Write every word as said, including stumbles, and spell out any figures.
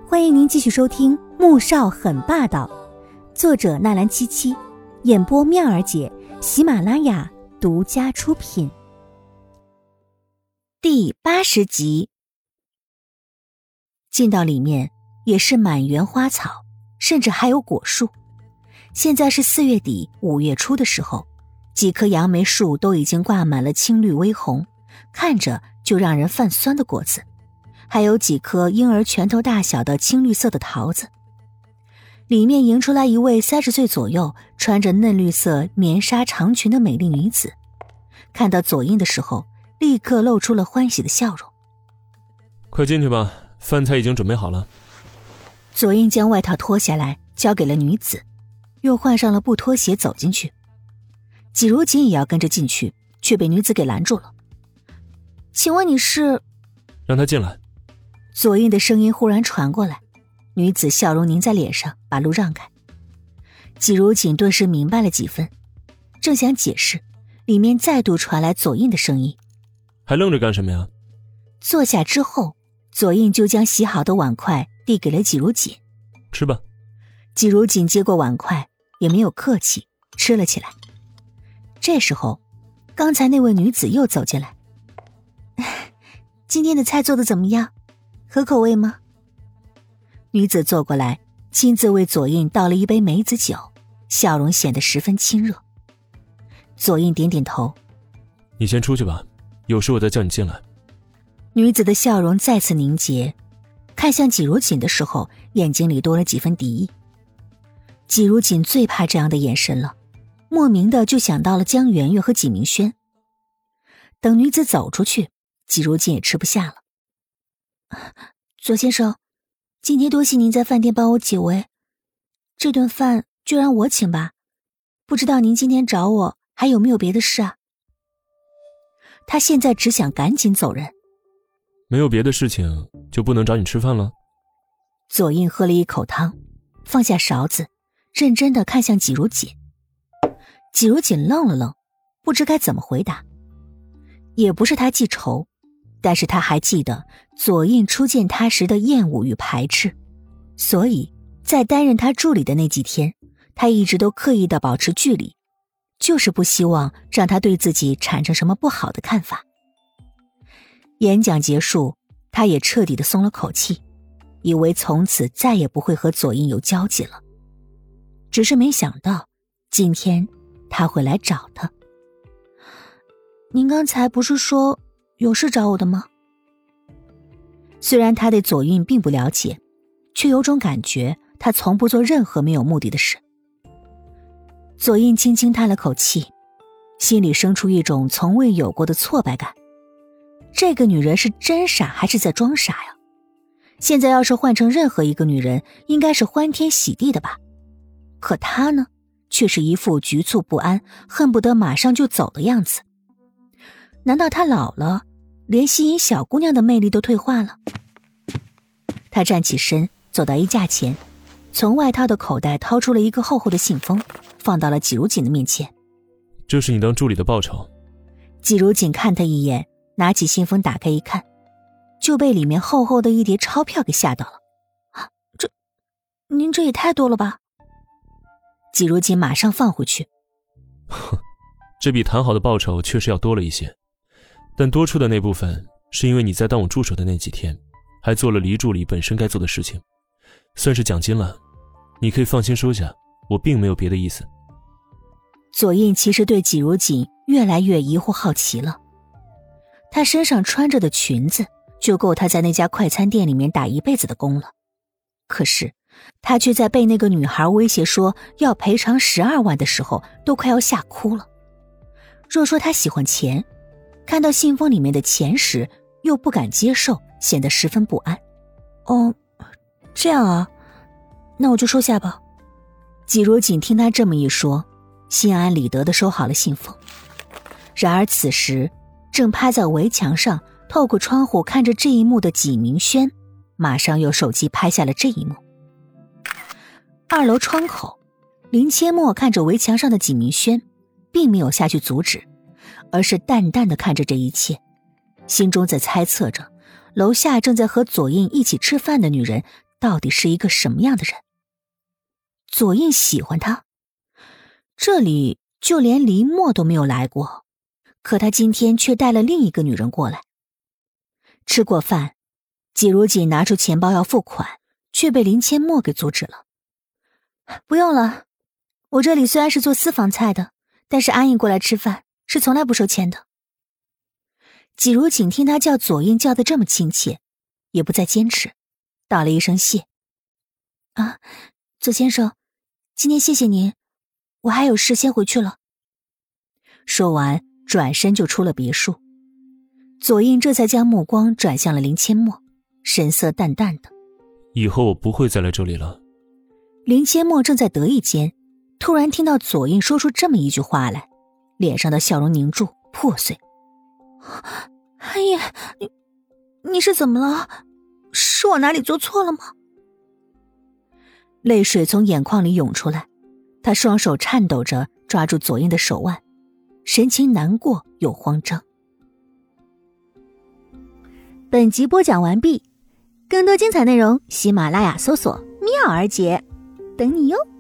欢迎您继续收听《穆少很霸道》，作者纳兰七七，演播妙儿姐，喜马拉雅独家出品。第八十集。进到里面也是满园花草，甚至还有果树。现在是四月底五月初的时候，几棵杨梅树都已经挂满了青绿微红，看着就让人泛酸的果子，还有几颗婴儿拳头大小的青绿色的桃子。里面迎出来一位三十岁左右，穿着嫩绿色棉纱长裙的美丽女子，看到左印的时候立刻露出了欢喜的笑容。 快进去吧，饭菜已经准备好了。 左印将外套脱下来交给了女子，又换上了布拖鞋走进去。季如锦也要跟着进去，却被女子给拦住了。请问你是？ 让他进来。 左印的声音忽然传过来，女子笑容凝在脸上，把路让开。季如锦顿时明白了几分，正想解释，里面再度传来左印的声音： 还愣着干什么呀？ 坐下之后，左印就将洗好的碗筷递给了季如锦。 吃吧。 季如锦接过碗筷，也没有客气，吃了起来。这时候，刚才那位女子又走进来。今天的菜做得怎么样？合口味吗？女子坐过来，亲自为左印倒了一杯梅子酒，笑容显得十分亲热。左印点点头。 你先出去吧，有事我再叫你进来。 女子的笑容再次凝结，看向季如锦的时候，眼睛里多了几分敌意。季如锦最怕这样的眼神了，莫名的就想到了江圆圆和纪明轩。等女子走出去，季如锦也吃不下了。左先生，今天多谢您在饭店帮我解围，这顿饭就让我请吧，不知道您今天找我还有没有别的事啊？他现在只想赶紧走人。 没有别的事情就不能找你吃饭了？ 左印喝了一口汤，放下勺子，认真地看向季如锦。季如锦愣了愣，不知该怎么回答。也不是他记仇，但是他还记得左印初见他时的厌恶与排斥，所以在担任他助理的那几天，他一直都刻意地保持距离，就是不希望让他对自己产生什么不好的看法。演讲结束，他也彻底地松了口气，以为从此再也不会和左印有交集了。只是没想到今天他会来找他。您刚才不是说有事找我的吗？虽然他对左印并不了解，却有种感觉他从不做任何没有目的的事。左印轻轻叹了口气，心里生出一种从未有过的挫败感。这个女人是真傻还是在装傻呀？现在要是换成任何一个女人，应该是欢天喜地的吧。可她呢，却是一副局促不安，恨不得马上就走的样子。难道她老了，连吸引小姑娘的魅力都退化了？她站起身，走到衣架前，从外套的口袋掏出了一个厚厚的信封，放到了季如锦的面前。 这是你当助理的报酬。 季如锦看他一眼，拿起信封打开一看，就被里面厚厚的一叠钞票给吓到了。啊，这，您这也太多了吧？季如锦马上放回去。 哼，这比谈好的报酬确实要多了一些，但多出的那部分是因为你在当我助手的那几天，还做了黎助理本身该做的事情，算是奖金了。你可以放心收下，我并没有别的意思。 左印其实对季如锦越来越疑惑好奇了。她身上穿着的裙子就够她在那家快餐店里面打一辈子的工了，可是她却在被那个女孩威胁说要赔偿十二万的时候都快要吓哭了。若说她喜欢钱，看到信封里面的钱时又不敢接受，显得十分不安。哦，这样啊，那我就收下吧。季如锦听她这么一说，心安理得地收好了信封。然而此时正趴在围墙上透过窗户看着这一幕的纪明轩，马上用手机拍下了这一幕。二楼窗口，林阡陌看着围墙上的纪明轩，并没有下去阻止，而是淡淡地看着这一切，心中在猜测着楼下正在和左印一起吃饭的女人到底是一个什么样的人。左印喜欢他，这里就连黎墨都没有来过，可他今天却带了另一个女人过来。吃过饭，季如锦拿出钱包要付款，却被林千墨给阻止了。不用了，我这里虽然是做私房菜的，但是安逸过来吃饭是从来不收钱的。季如锦听他叫左印叫得这么亲切，也不再坚持，道了一声谢。啊，左先生，今天谢谢您，我还有事先回去了。说完转身就出了别墅。左印这才将目光转向了林千墨，神色淡淡的。 以后我不会再来这里了。 林千墨正在得意间，突然听到左印说出这么一句话来，脸上的笑容凝住破碎。哎呀，你你是怎么了？是我哪里做错了吗？泪水从眼眶里涌出来，他双手颤抖着抓住左印的手腕，神情难过又慌张。 本集播讲完毕，更多精彩内容喜马拉雅搜索妙儿姐，等你哟。